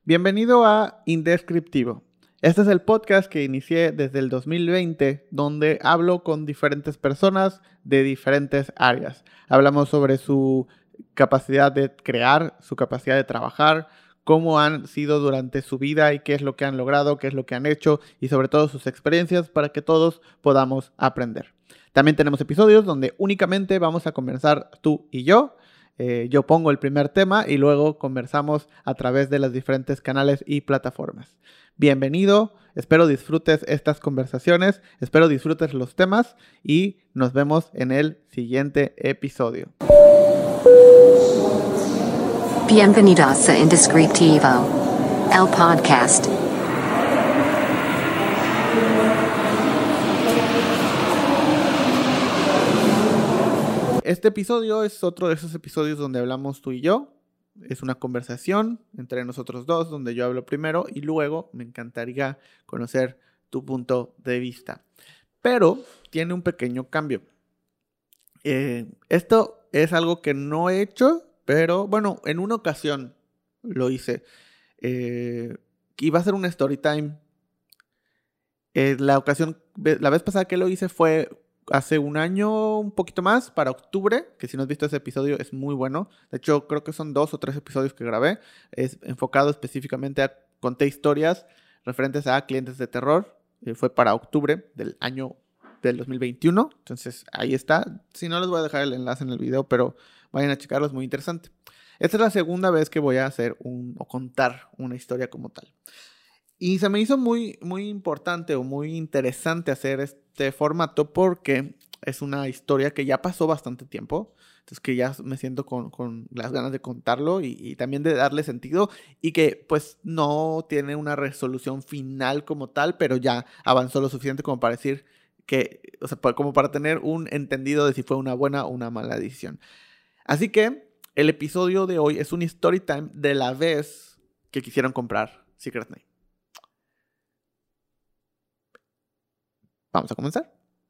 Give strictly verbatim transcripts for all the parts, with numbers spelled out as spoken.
Bienvenido a Indescriptivo. Este es el podcast que inicié desde el dos mil veinte, donde hablo con diferentes personas de diferentes áreas. Hablamos sobre su capacidad de crear, su capacidad de trabajar, cómo han sido durante su vida y qué es lo que han logrado, qué es lo que han hecho y sobre todo sus experiencias para que todos podamos aprender. También tenemos episodios donde únicamente vamos a conversar tú y yo. Eh, yo pongo el primer tema y luego conversamos a través de los diferentes canales y plataformas. Bienvenido, espero disfrutes estas conversaciones, espero disfrutes los temas y nos vemos en el siguiente episodio. Bienvenidos a Indescriptivo, el podcast. Este episodio es otro de esos episodios donde hablamos tú y yo. Es una conversación entre nosotros dos donde yo hablo primero y luego me encantaría conocer tu punto de vista. Pero tiene un pequeño cambio. Eh, esto es algo que no he hecho, pero bueno, en una ocasión lo hice. Eh, iba a ser un story time. Eh, la ocasión, la vez pasada que lo hice fue hace un año, un poquito más, para octubre, que si no has visto ese episodio es muy bueno. De hecho, creo que son dos o tres episodios que grabé. Es enfocado específicamente a conté historias referentes a clientes de terror. Eh, fue para octubre del año del dos mil veintiuno. Entonces, ahí está. Si no, les voy a dejar el enlace en el video, pero vayan a checarlo, es muy interesante. Esta es la segunda vez que voy a hacer un, o contar una historia como tal. Y se me hizo muy, muy importante o muy interesante hacer este formato porque es una historia que ya pasó bastante tiempo. Entonces que ya me siento con, con las ganas de contarlo y, y también de darle sentido. Y que pues no tiene una resolución final como tal, pero ya avanzó lo suficiente como para decir que, o sea, como para tener un entendido de si fue una buena o una mala decisión. Así que el episodio de hoy es un story time de la vez que quisieron comprar Secret Name. Vamos a comenzar.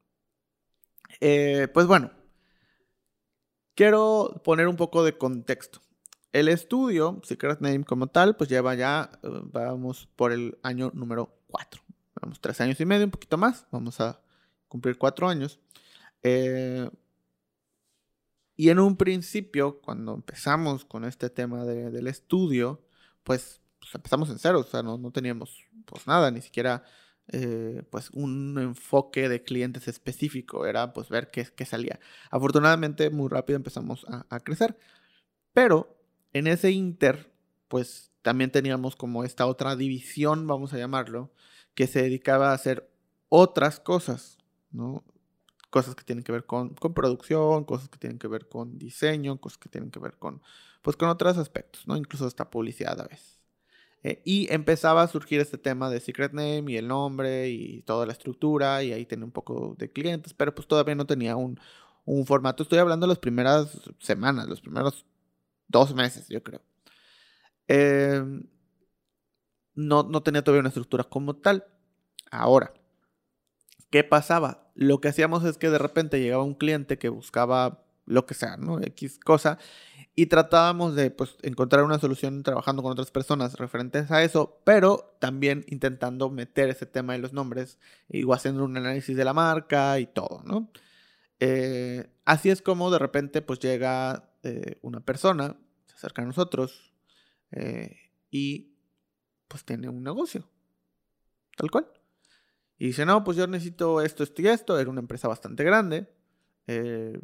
Eh, pues bueno, quiero poner un poco de contexto. El estudio, Secret Name como tal, pues lleva ya, uh, vamos por el año número cuatro. Vamos tres años y medio, un poquito más. Vamos a cumplir cuatro años. Eh, y en un principio, cuando empezamos con este tema de, del estudio, pues, pues empezamos en cero. O sea, no, no teníamos pues nada, ni siquiera... Eh, pues un enfoque de clientes específico, era pues ver qué, qué salía. Afortunadamente muy rápido empezamos a, a crecer, pero en ese inter pues también teníamos como esta otra división, vamos a llamarlo, que se dedicaba a hacer otras cosas, ¿no? Cosas que tienen que ver con, con producción, cosas que tienen que ver con diseño, cosas que tienen que ver con pues con otros aspectos, ¿no? Incluso hasta publicidad a veces. Eh, y empezaba a surgir este tema de Secret Name y el nombre y toda la estructura, y ahí tenía un poco de clientes, pero pues todavía no tenía un, un formato. Estoy hablando de las primeras semanas, los primeros dos meses, yo creo. Eh, no, no tenía todavía una estructura como tal. Ahora, ¿qué pasaba? Lo que hacíamos es que de repente llegaba un cliente que buscaba lo que sea, ¿no? X cosa. Y tratábamos de pues, encontrar una solución trabajando con otras personas referentes a eso, pero también intentando meter ese tema de los nombres y o haciendo un análisis de la marca y todo, ¿no? Eh, así es como de repente pues llega eh, una persona, se acerca a nosotros eh, y pues tiene un negocio, tal cual. Y dice, no, pues yo necesito esto, esto y esto. Era una empresa bastante grande. Eh,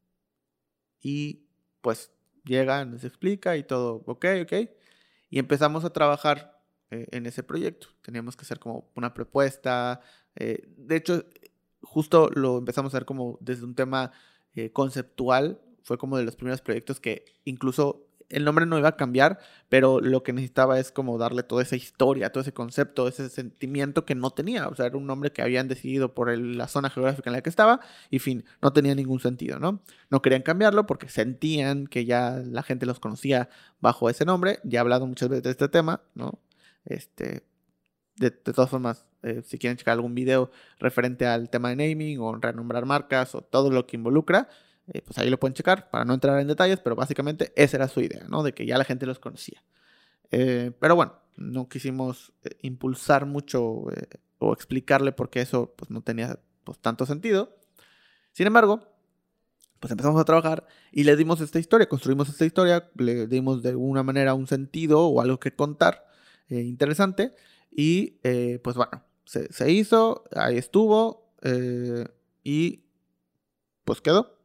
y pues llega, nos explica y todo, ok, ok. Y empezamos a trabajar eh, en ese proyecto. Teníamos que hacer como una propuesta. Eh, de hecho, justo lo empezamos a hacer como desde un tema eh, conceptual. Fue como de los primeros proyectos que incluso el nombre no iba a cambiar, pero lo que necesitaba es como darle toda esa historia, todo ese concepto, ese sentimiento que no tenía. O sea, era un nombre que habían decidido por el, la zona geográfica en la que estaba y fin, no tenía ningún sentido, ¿no? No querían cambiarlo porque sentían que ya la gente los conocía bajo ese nombre. Ya he hablado muchas veces de este tema, ¿no? Este, de, de todas formas, eh, si quieren checar algún video referente al tema de naming o renombrar marcas o todo lo que involucra, eh, pues ahí lo pueden checar para no entrar en detalles, pero básicamente esa era su idea, ¿no? De que ya la gente los conocía. Eh, pero bueno, no quisimos eh, impulsar mucho eh, o explicarle por qué eso pues, no tenía pues, tanto sentido. Sin embargo, pues empezamos a trabajar y le dimos esta historia, construimos esta historia, le dimos de alguna manera un sentido o algo que contar eh, interesante y eh, pues bueno, se, se hizo, ahí estuvo eh, y pues quedó.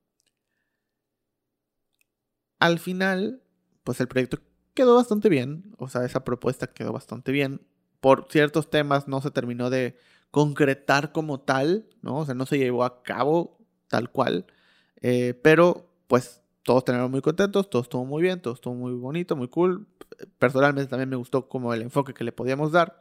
Al final, pues el proyecto quedó bastante bien, o sea, esa propuesta quedó bastante bien. Por ciertos temas no se terminó de concretar como tal, ¿no? O sea, no se llevó a cabo tal cual, eh, pero pues todos terminaron muy contentos, todo estuvo muy bien, todo estuvo muy bonito, muy cool. Personalmente también me gustó como el enfoque que le podíamos dar.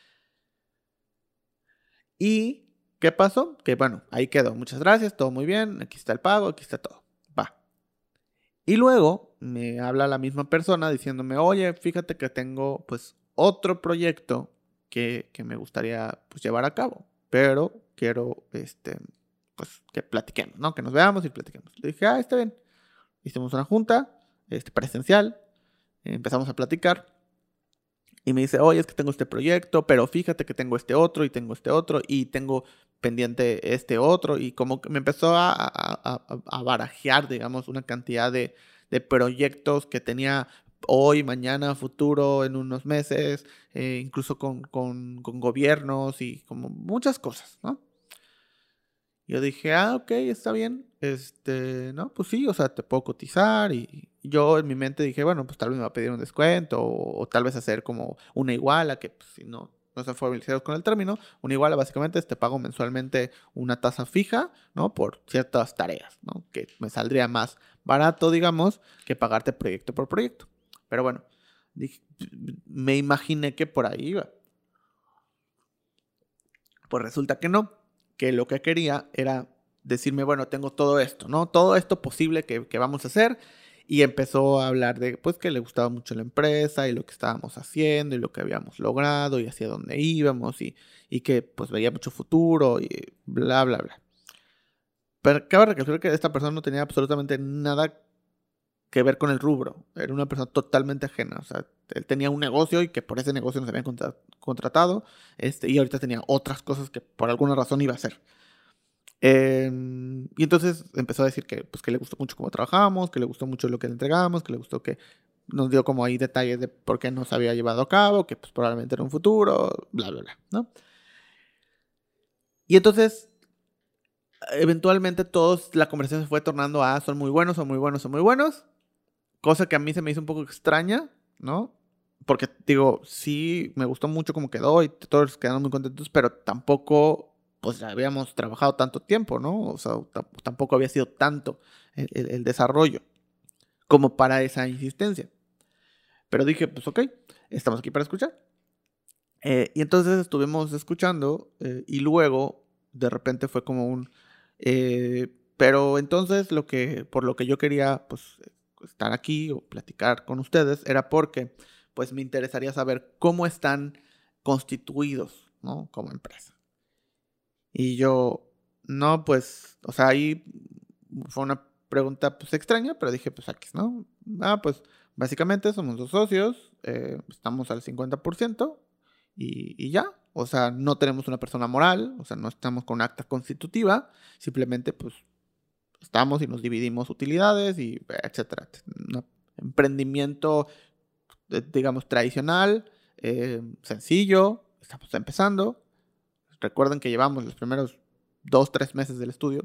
¿Y qué pasó? Que bueno, ahí quedó. Muchas gracias, todo muy bien, aquí está el pago, aquí está todo. Va. Y luego me habla la misma persona diciéndome, oye, fíjate que tengo pues otro proyecto que, que me gustaría pues llevar a cabo, pero quiero este, pues que platiquemos, ¿no? Que nos veamos y platiquemos. Le dije, ah, está bien. Hicimos una junta este, presencial, empezamos a platicar y me dice, oye, es que tengo este proyecto, pero fíjate que tengo este otro y tengo este otro y tengo pendiente este otro y como que me empezó a, a, a, a barajear, digamos, una cantidad de, de proyectos que tenía hoy, mañana, futuro, en unos meses, eh, incluso con, con, con gobiernos y como muchas cosas, ¿no? Yo dije, ah, ok, está bien, este, no, pues sí, o sea, te puedo cotizar y yo en mi mente dije, bueno, pues tal vez me va a pedir un descuento o, o tal vez hacer como una iguala, que pues, si no, no están familiarizados con el término, una iguala básicamente es te pago mensualmente una tasa fija, ¿no? Por ciertas tareas, ¿no? Que me saldría más barato, digamos, que pagarte proyecto por proyecto. Pero bueno, dije, me imaginé que por ahí iba. Pues resulta que no, que lo que quería era decirme, bueno, tengo todo esto, ¿no? Todo esto posible que, que vamos a hacer. Y empezó a hablar de, pues, que le gustaba mucho la empresa y lo que estábamos haciendo y lo que habíamos logrado y hacia dónde íbamos y, y que, pues, veía mucho futuro y bla, bla, bla. Pero cabe recalcar que esta persona no tenía absolutamente nada que ver con el rubro. Era una persona totalmente ajena. O sea, él tenía un negocio y que por ese negocio nos habían contra- contratado. Este, y ahorita tenía otras cosas que por alguna razón iba a hacer. Eh, y entonces empezó a decir que, pues, que le gustó mucho cómo trabajábamos, que le gustó mucho lo que le entregamos, que le gustó que nos dio como ahí detalles de por qué no se había llevado a cabo, que pues probablemente era un futuro, bla, bla, bla, ¿no? Y entonces, eventualmente todos, la conversación se fue tornando a son muy buenos, son muy buenos, son muy buenos. Cosa que a mí se me hizo un poco extraña, ¿no? Porque, digo, sí me gustó mucho cómo quedó y todos quedaron muy contentos, pero tampoco, pues, habíamos trabajado tanto tiempo, ¿no? O sea, t- tampoco había sido tanto el, el- el desarrollo como para esa insistencia. Pero dije, pues, ok, estamos aquí para escuchar. Eh, y entonces estuvimos escuchando eh, y luego, de repente fue como un... eh, pero entonces, lo que, por lo que yo quería, pues, estar aquí o platicar con ustedes era porque pues me interesaría saber cómo están constituidos, ¿no? Como empresa. Y yo, no, pues, o sea, ahí fue una pregunta pues extraña, pero dije, pues aquí, ¿no? Ah, pues básicamente somos dos socios, eh, estamos al cincuenta por ciento y, y ya. O sea, no tenemos una persona moral, o sea, no estamos con acta constitutiva, simplemente pues estamos y nos dividimos utilidades y etcétera. Un emprendimiento, eh, digamos, tradicional, eh, sencillo, estamos empezando. Recuerden que llevamos los primeros dos, tres meses del estudio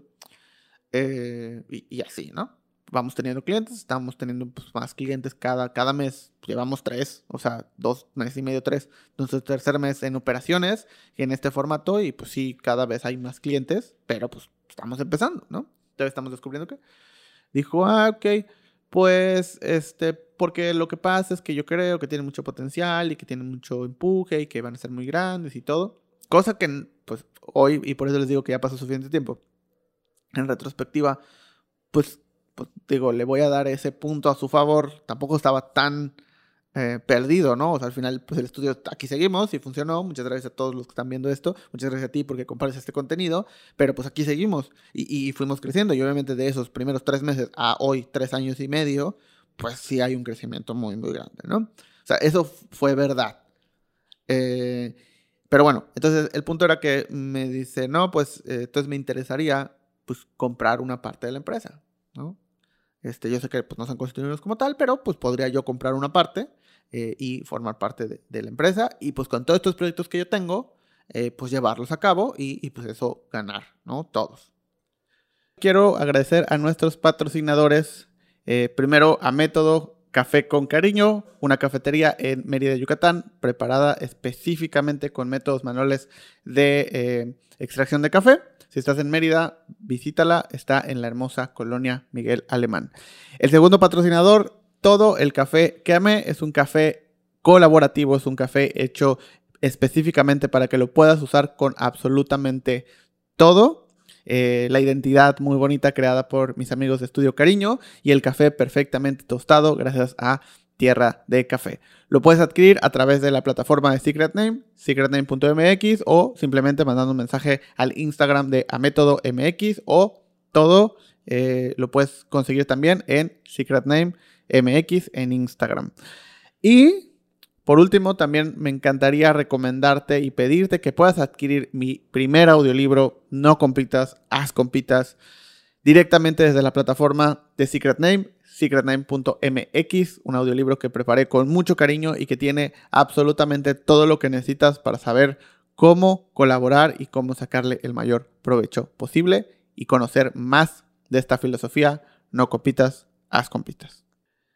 eh, y, y así, ¿no? Vamos teniendo clientes, estamos teniendo pues, más clientes cada, cada mes. Llevamos tres, o sea, dos meses y medio, tres. Entonces, tercer mes en operaciones en este formato y pues sí, cada vez hay más clientes, pero pues estamos empezando, ¿no? Todavía estamos descubriendo que dijo, ah, ok, pues, este, porque lo que pasa es que yo creo que tienen mucho potencial y que tienen mucho empuje y que van a ser muy grandes y todo. Cosa que, pues, hoy, y por eso les digo que ya pasó suficiente tiempo, en retrospectiva, pues, pues, digo, le voy a dar ese punto a su favor. Tampoco estaba tan eh, perdido, ¿no? O sea, al final, pues el estudio, aquí seguimos y funcionó. Muchas gracias a todos los que están viendo esto. Muchas gracias a ti porque compartes este contenido. Pero pues aquí seguimos y, y fuimos creciendo. Y obviamente de esos primeros tres meses a hoy, tres años y medio, pues sí hay un crecimiento muy, muy grande, ¿no? O sea, eso f- fue verdad. Eh, pero bueno, entonces el punto era que me dice, no, pues eh, entonces me interesaría pues comprar una parte de la empresa, ¿no? Este, yo sé que pues, no son constituidos como tal, pero pues podría yo comprar una parte eh, y formar parte de, de la empresa y pues con todos estos proyectos que yo tengo, eh, pues llevarlos a cabo y, y pues eso ganar, ¿no? Todos. Quiero agradecer a nuestros patrocinadores. Eh, primero a Método Café con Cariño, una cafetería en Mérida, Yucatán, preparada específicamente con métodos manuales de eh, extracción de café. Si estás en Mérida, visítala. Está en la hermosa colonia Miguel Alemán. El segundo patrocinador, Todo el Café que Amé, es un café colaborativo, es un café hecho específicamente para que lo puedas usar con absolutamente todo. Eh, la identidad muy bonita creada por mis amigos de Estudio Cariño y el café perfectamente tostado gracias a Tierra de Café. Lo puedes adquirir a través de la plataforma de Secret Name, secret name punto m x, o simplemente mandando un mensaje al Instagram de amétodo m x, o todo eh, lo puedes conseguir también en Secret Name M X en Instagram. Y por último, también me encantaría recomendarte y pedirte que puedas adquirir mi primer audiolibro, No Compitas, Haz Compitas, directamente desde la plataforma de Secret Name, secret name punto m x, un audiolibro que preparé con mucho cariño y que tiene absolutamente todo lo que necesitas para saber cómo colaborar y cómo sacarle el mayor provecho posible y conocer más de esta filosofía, No Compitas, Haz Compitas.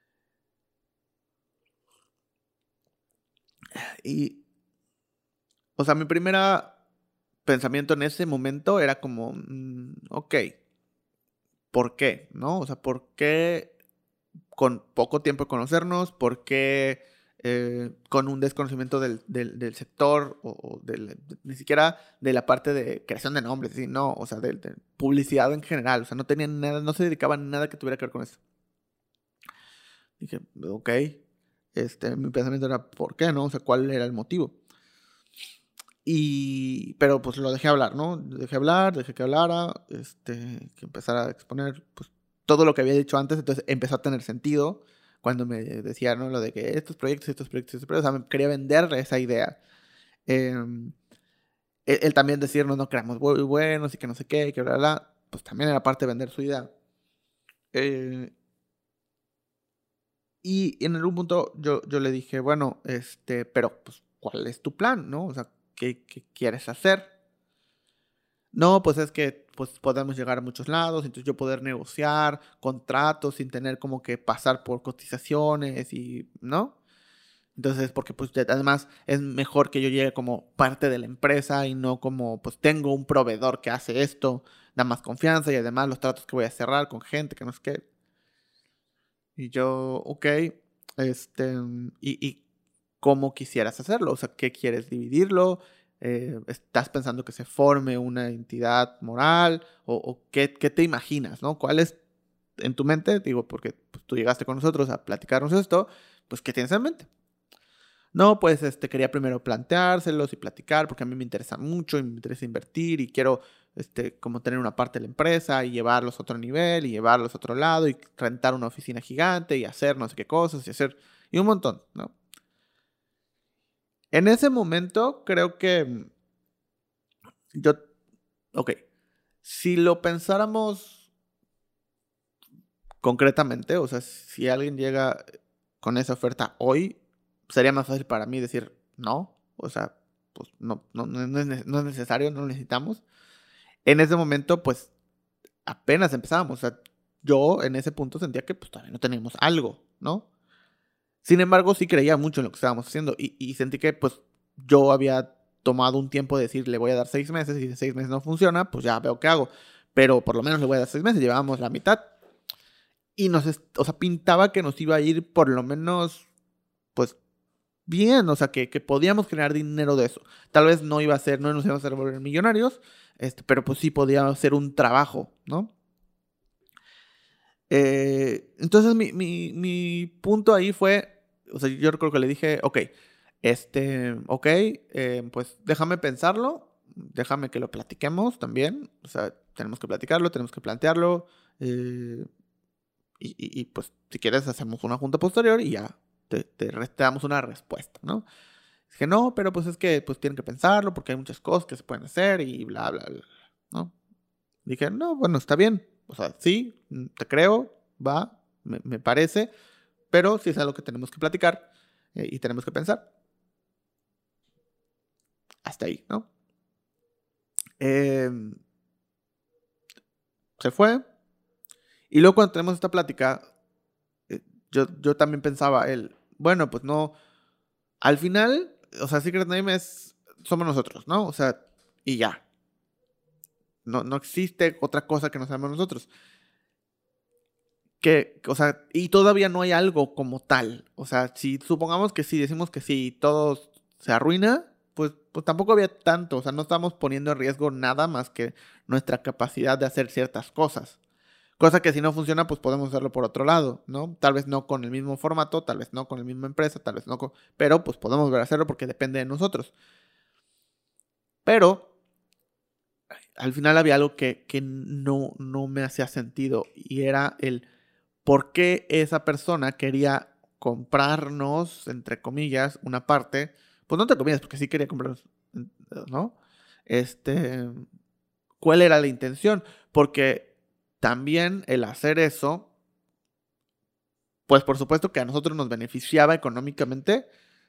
Y, o sea, mi primera pensamiento en ese momento era como, mm, ok, ¿por qué? ¿No? O sea, ¿por qué con poco tiempo de conocernos? ¿Por qué eh, con un desconocimiento del, del, del sector o, o del, de, ni siquiera de la parte de creación de nombres, ¿sí? No, o sea, de, de publicidad en general, o sea, no tenían nada, no se dedicaban a nada que tuviera que ver con eso. Dije, ok, este, mi pensamiento era, ¿por qué? ¿No? O sea, ¿cuál era el motivo? Y, pero pues lo dejé hablar, ¿no? Dejé hablar, dejé que hablara, este, que empezara a exponer pues todo lo que había dicho antes, entonces empezó a tener sentido cuando me decía, ¿no? Lo de que estos proyectos, estos proyectos, estos proyectos, o sea, me quería venderle esa idea. Eh, él, él también decirnos, no, que éramos muy buenos y que no sé qué, que bla, bla, bla, pues también era parte de vender su idea. Eh, y en algún punto yo, yo le dije, bueno, este, pero pues, ¿cuál es tu plan, no? O sea, ¿qué, qué quieres hacer? No, pues es que pues podemos llegar a muchos lados, entonces yo poder negociar contratos sin tener como que pasar por cotizaciones y, ¿no? Entonces, porque pues ya- además es mejor que yo llegue como parte de la empresa y no como pues tengo un proveedor que hace esto, da más confianza y además los tratos que voy a cerrar con gente que no es que... Y yo, ok, este, y, y cómo quisieras hacerlo, o sea, ¿qué quieres dividirlo? Eh, ¿estás pensando que se forme una entidad moral? ¿O, o qué, qué te imaginas, no? ¿Cuál es en tu mente? Digo, porque pues, tú llegaste con nosotros a platicarnos esto, pues, ¿qué tienes en mente? No, pues este, quería primero planteárselos y platicar porque a mí me interesa mucho y me interesa invertir y quiero este, como tener una parte de la empresa y llevarlos a otro nivel y llevarlos a otro lado y rentar una oficina gigante y hacer no sé qué cosas y hacer y un montón, ¿no? En ese momento creo que mm, yo, ok, si lo pensáramos concretamente, o sea, si alguien llega con esa oferta hoy, sería más fácil para mí decir no, o sea, pues no, no, no, es, ne- no es necesario, no lo necesitamos. En ese momento, pues apenas empezábamos, o sea, yo en ese punto sentía que pues todavía no teníamos algo, ¿no? Sin embargo, sí creía mucho en lo que estábamos haciendo y, y sentí que pues yo había tomado un tiempo de decir, le voy a dar seis meses y si seis meses no funciona, pues ya veo qué hago. Pero por lo menos le voy a dar seis meses, llevábamos la mitad y nos, est- o sea, pintaba que nos iba a ir por lo menos, pues bien, o sea, que, que podíamos generar dinero de eso. Tal vez no iba a ser, no nos íbamos a volver millonarios, este, pero pues sí podía ser un trabajo, ¿no? Eh, entonces mi, mi, mi punto ahí fue, o sea, yo creo que le dije, ok, este, ok, eh, pues déjame pensarlo, déjame que lo platiquemos también, o sea, tenemos que platicarlo, tenemos que plantearlo, eh, y, y- y, pues si quieres hacemos una junta posterior y ya, te, te, te damos una respuesta, ¿no? Dije, no, pero pues es que pues tienen que pensarlo porque hay muchas cosas que se pueden hacer y bla, bla, bla, ¿no? Dije, no, bueno, está bien. O sea, sí, te creo, va, me, me parece, pero sí es algo que tenemos que platicar eh, y tenemos que pensar. Hasta ahí, ¿no? Eh, se fue. Y luego cuando tenemos esta plática, eh, yo, yo también pensaba, él, bueno, pues no, al final, o sea, Secret Name es, somos nosotros, ¿no? O sea, y ya. No, no existe otra cosa que no seamos nosotros. Que, o sea, y todavía no hay algo como tal. O sea, si supongamos que sí, decimos que sí, todo se arruina, pues, pues tampoco había tanto. O sea, no estamos poniendo en riesgo nada más que nuestra capacidad de hacer ciertas cosas. Cosa que si no funciona, pues podemos hacerlo por otro lado, ¿no? Tal vez no con el mismo formato, tal vez no con la misma empresa, tal vez no con... Pero pues podemos volver a hacerlo porque depende de nosotros. Pero al final había algo que, que no, no me hacía sentido y era el por qué esa persona quería comprarnos, entre comillas, una parte, pues no entre comillas, porque sí quería comprarnos, ¿no? Este, ¿cuál era la intención? Porque también el hacer eso, pues por supuesto que a nosotros nos beneficiaba económicamente,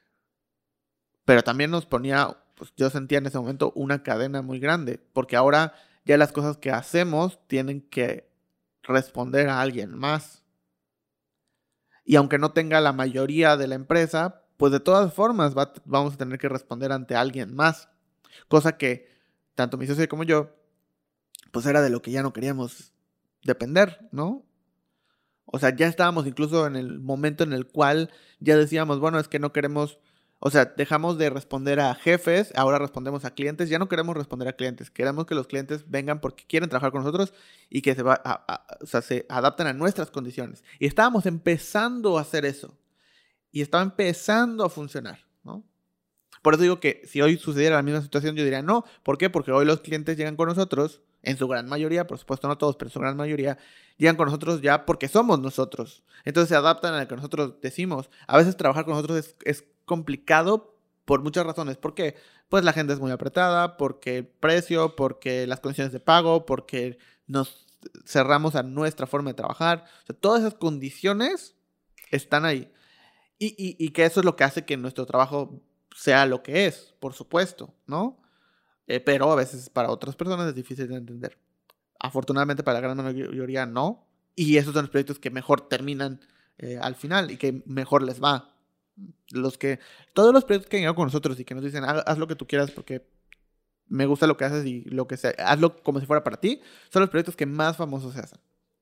pero también nos ponía, pues yo sentía en ese momento una cadena muy grande, porque ahora ya las cosas que hacemos tienen que responder a alguien más. Y aunque no tenga la mayoría de la empresa, pues de todas formas va, vamos a tener que responder ante alguien más. Cosa que tanto mi socio como yo, pues era de lo que ya no queríamos depender, ¿no? O sea, ya estábamos incluso en el momento en el cual ya decíamos, bueno, es que no queremos, o sea, dejamos de responder a jefes, ahora respondemos a clientes, ya no queremos responder a clientes, queremos que los clientes vengan porque quieren trabajar con nosotros y que se, va a, a, o sea, se adapten a nuestras condiciones. Y estábamos empezando a hacer eso y estaba empezando a funcionar, ¿no? Por eso digo que si hoy sucediera la misma situación, yo diría no. ¿Por qué? Porque hoy los clientes llegan con nosotros, en su gran mayoría, por supuesto no todos, pero en su gran mayoría, llegan con nosotros ya porque somos nosotros. Entonces se adaptan a lo que nosotros decimos. A veces trabajar con nosotros es, es complicado por muchas razones. ¿Por qué? Pues la gente es muy apretada, porque el precio, porque las condiciones de pago, porque nos cerramos a nuestra forma de trabajar. O sea, todas esas condiciones están ahí. Y, y, y que eso es lo que hace que nuestro trabajo sea lo que es, por supuesto, ¿no? Eh, pero a veces para otras personas es difícil de entender. Afortunadamente para la gran mayoría no. Y esos son los proyectos que mejor terminan eh, al final y que mejor les va. Los que, todos los proyectos que han llegado con nosotros y que nos dicen, haz, haz lo que tú quieras porque me gusta lo que haces y lo que sea, hazlo como si fuera para ti, son los proyectos que más famosos se hacen.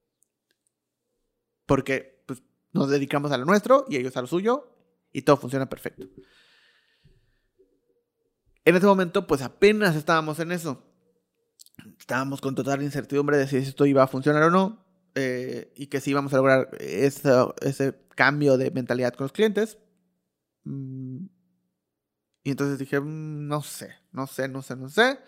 Porque pues, nos dedicamos a lo nuestro y ellos a lo suyo y todo funciona perfecto. En ese momento, pues apenas estábamos en eso. Estábamos con total incertidumbre de si esto iba a funcionar o no. Eh, y que si íbamos a lograr ese, ese cambio de mentalidad con los clientes. Mm, y entonces dije, mm, no sé, no sé, no sé, no sé.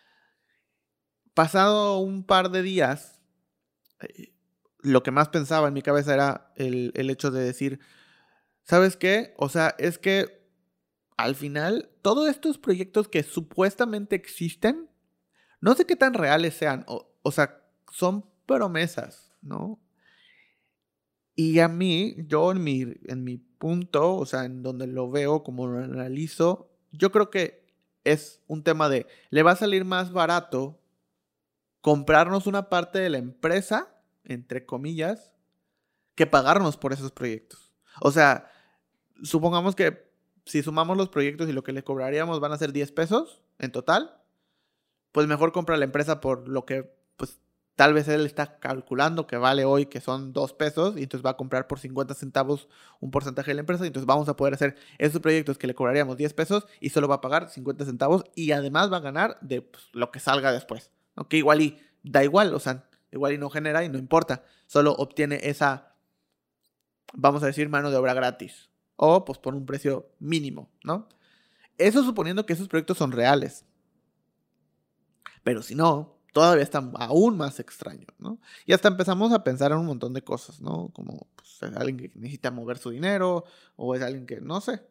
Pasado un par de días, eh, lo que más pensaba en mi cabeza era el, el hecho de decir, ¿sabes qué? O sea, es que al final, todos estos proyectos que supuestamente existen, no sé qué tan reales sean. O, o sea, son promesas, ¿no? Y a mí, yo en mi, en mi punto, o sea, en donde lo veo, como lo analizo, yo creo que es un tema de, le va a salir más barato comprarnos una parte de la empresa, entre comillas, que pagarnos por esos proyectos. O sea, supongamos que si sumamos los proyectos y lo que le cobraríamos van a ser diez pesos en total, pues mejor compra la empresa por lo que pues tal vez él está calculando que vale hoy, que son dos pesos, y entonces va a comprar por cincuenta centavos un porcentaje de la empresa, y entonces vamos a poder hacer esos proyectos que le cobraríamos diez pesos y solo va a pagar cincuenta centavos y además va a ganar de pues, lo que salga después, ¿no? Que igual y da igual, o sea, igual y no genera y no importa, solo obtiene esa, vamos a decir, mano de obra gratis, o pues por un precio mínimo, ¿no? Eso suponiendo que esos proyectos son reales. Pero si no, todavía está aún más extraño, ¿no? Y hasta empezamos a pensar en un montón de cosas, ¿no? Como, pues, pues, es alguien que necesita mover su dinero o es alguien que, no sé.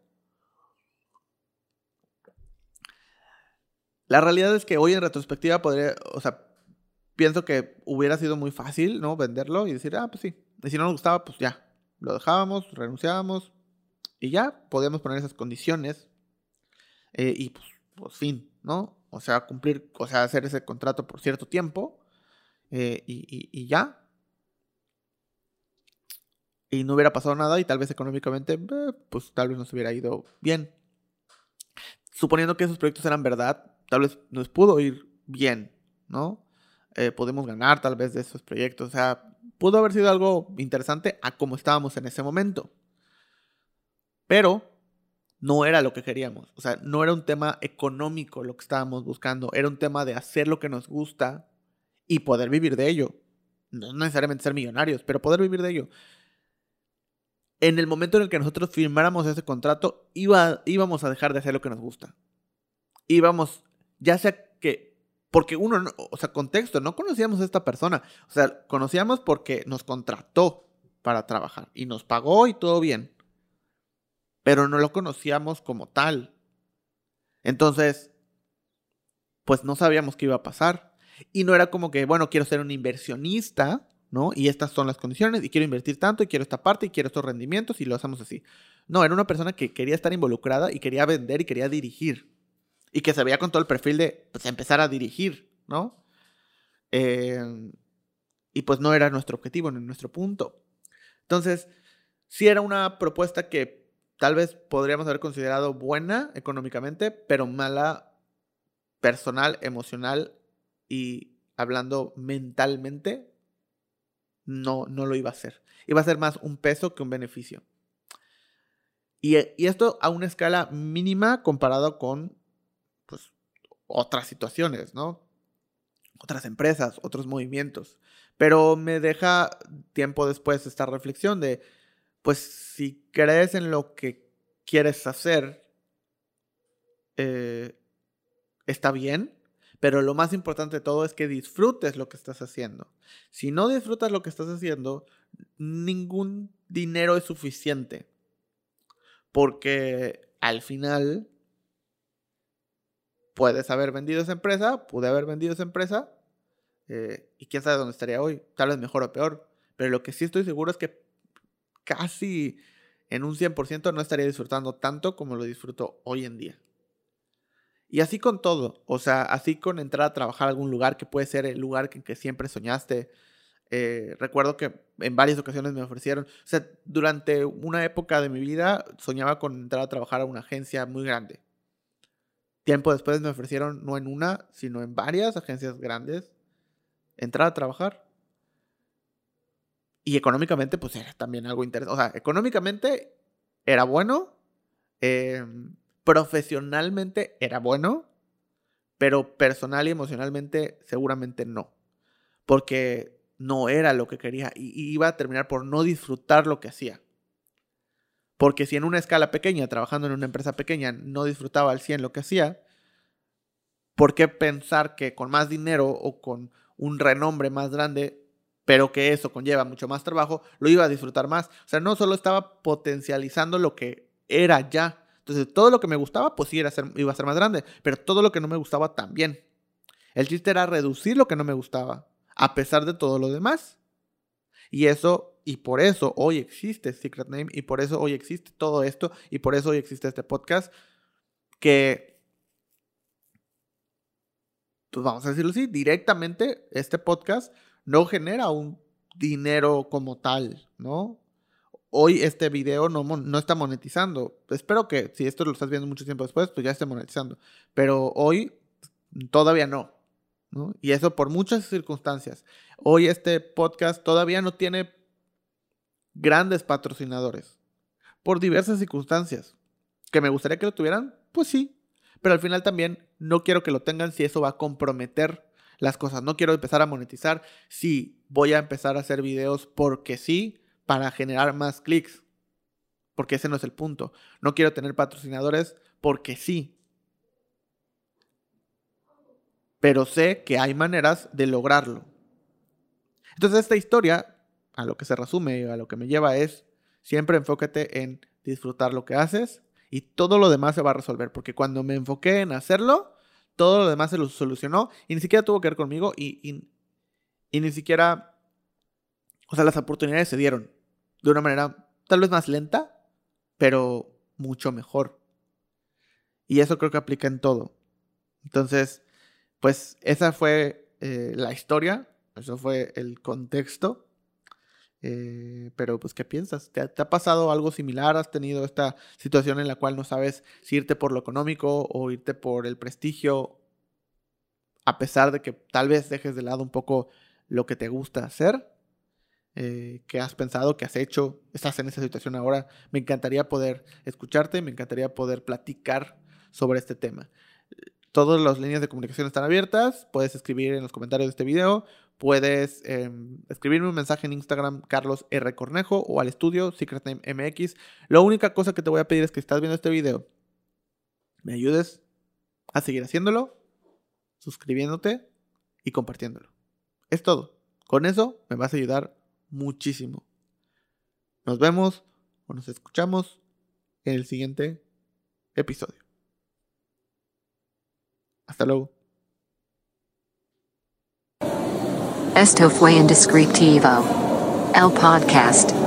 La realidad es que hoy en retrospectiva podría, o sea, pienso que hubiera sido muy fácil, ¿no? Venderlo y decir, ah, pues sí. Y si no nos gustaba, pues ya. Lo dejábamos, renunciábamos y ya podíamos poner esas condiciones eh, y pues, pues fin, ¿no? O sea, cumplir, o sea, hacer ese contrato por cierto tiempo eh, y, y, y ya. Y no hubiera pasado nada y tal vez económicamente, eh, pues tal vez nos hubiera ido bien. Suponiendo que esos proyectos eran verdad, tal vez nos pudo ir bien, ¿no? Eh, podemos ganar tal vez de esos proyectos. O sea, pudo haber sido algo interesante a como estábamos en ese momento. Pero no era lo que queríamos. O sea, no era un tema económico lo que estábamos buscando. Era un tema de hacer lo que nos gusta y poder vivir de ello. No necesariamente ser millonarios, pero poder vivir de ello. En el momento en el que nosotros firmáramos ese contrato, iba, íbamos a dejar de hacer lo que nos gusta. Íbamos, ya sea que, porque uno, no, o sea, contexto, no conocíamos a esta persona. O sea, conocíamos porque nos contrató para trabajar y nos pagó y todo bien. Pero no lo conocíamos como tal. Entonces, pues no sabíamos qué iba a pasar. Y no era como que, bueno, quiero ser un inversionista, ¿no? Y estas son las condiciones, y quiero invertir tanto, y quiero esta parte, y quiero estos rendimientos, y lo hacemos así. No, era una persona que quería estar involucrada, y quería vender, y quería dirigir. Y que se veía con todo el perfil de, pues, empezar a dirigir, ¿no? Eh, y pues no era nuestro objetivo, ni nuestro punto. Entonces, sí era una propuesta que tal vez podríamos haber considerado buena económicamente, pero mala personal, emocional y hablando mentalmente, no, no lo iba a hacer. Iba a ser más un peso que un beneficio. Y, y esto a una escala mínima comparado con pues, otras situaciones, ¿no? Otras empresas, otros movimientos. Pero me deja tiempo después esta reflexión de, pues si crees en lo que quieres hacer, eh, está bien, pero lo más importante de todo es que disfrutes lo que estás haciendo. Si no disfrutas lo que estás haciendo, ningún dinero es suficiente. Porque al final puedes haber vendido esa empresa, pude haber vendido esa empresa, eh, y quién sabe dónde estaría hoy, tal vez mejor o peor. Pero lo que sí estoy seguro es que casi en un cien por ciento no estaría disfrutando tanto como lo disfruto hoy en día. Y así con todo, o sea, así con entrar a trabajar a algún lugar que puede ser el lugar que, que siempre soñaste. Eh, recuerdo que en varias ocasiones me ofrecieron, o sea, durante una época de mi vida soñaba con entrar a trabajar a una agencia muy grande. Tiempo después me ofrecieron, no en una, sino en varias agencias grandes, entrar a trabajar. Y económicamente, pues era también algo interesante. O sea, económicamente era bueno. Eh, profesionalmente era bueno. Pero personal y emocionalmente seguramente no. Porque no era lo que quería. Y, y iba a terminar por no disfrutar lo que hacía. Porque si en una escala pequeña, trabajando en una empresa pequeña, no disfrutaba al cien lo que hacía, ¿por qué pensar que con más dinero o con un renombre más grande, pero que eso conlleva mucho más trabajo, lo iba a disfrutar más? O sea, no solo estaba potencializando lo que era ya. Entonces, todo lo que me gustaba, pues sí iba a ser, iba a ser más grande, pero todo lo que no me gustaba también. El chiste era reducir lo que no me gustaba, a pesar de todo lo demás. Y eso, y por eso hoy existe Secret Name, y por eso hoy existe todo esto, y por eso hoy existe este podcast, que, pues vamos a decirlo así, directamente este podcast no genera un dinero como tal, ¿no? Hoy este video no, no está monetizando. Espero que si esto lo estás viendo mucho tiempo después, pues ya esté monetizando. Pero hoy todavía no, ¿no? Y eso por muchas circunstancias. Hoy este podcast todavía no tiene grandes patrocinadores. Por diversas circunstancias. ¿Que me gustaría que lo tuvieran? Pues sí. Pero al final también no quiero que lo tengan si eso va a comprometer las cosas. No quiero empezar a monetizar si voy a empezar a hacer videos porque sí, para generar más clics. Porque ese no es el punto. No quiero tener patrocinadores porque sí. Pero sé que hay maneras de lograrlo. Entonces esta historia a lo que se resume, a lo que me lleva es, siempre enfócate en disfrutar lo que haces y todo lo demás se va a resolver. Porque cuando me enfoqué en hacerlo, todo lo demás se lo solucionó y ni siquiera tuvo que ver conmigo y, y, y ni siquiera, o sea, las oportunidades se dieron de una manera tal vez más lenta, pero mucho mejor. Y eso creo que aplica en todo. Entonces, pues esa fue eh, la historia, eso fue el contexto. Eh, pero pues, ¿qué piensas? ¿Te, ¿Te ha pasado algo similar? ¿Has tenido esta situación en la cual no sabes si irte por lo económico o irte por el prestigio, a pesar de que tal vez dejes de lado un poco lo que te gusta hacer? Eh, ¿Qué has pensado? ¿Qué has hecho? ¿Estás en esa situación ahora? Me encantaría poder escucharte, me encantaría poder platicar sobre este tema. Todas las líneas de comunicación están abiertas. Puedes escribir en los comentarios de este video. Puedes eh, escribirme un mensaje en Instagram, Carlos R. Cornejo, o al estudio Secret Name M X. La única cosa que te voy a pedir es que si estás viendo este video, me ayudes a seguir haciéndolo, suscribiéndote y compartiéndolo. Es todo. Con eso me vas a ayudar muchísimo. Nos vemos o nos escuchamos en el siguiente episodio. Hasta luego. Esto fue Indescriptivo, el podcast.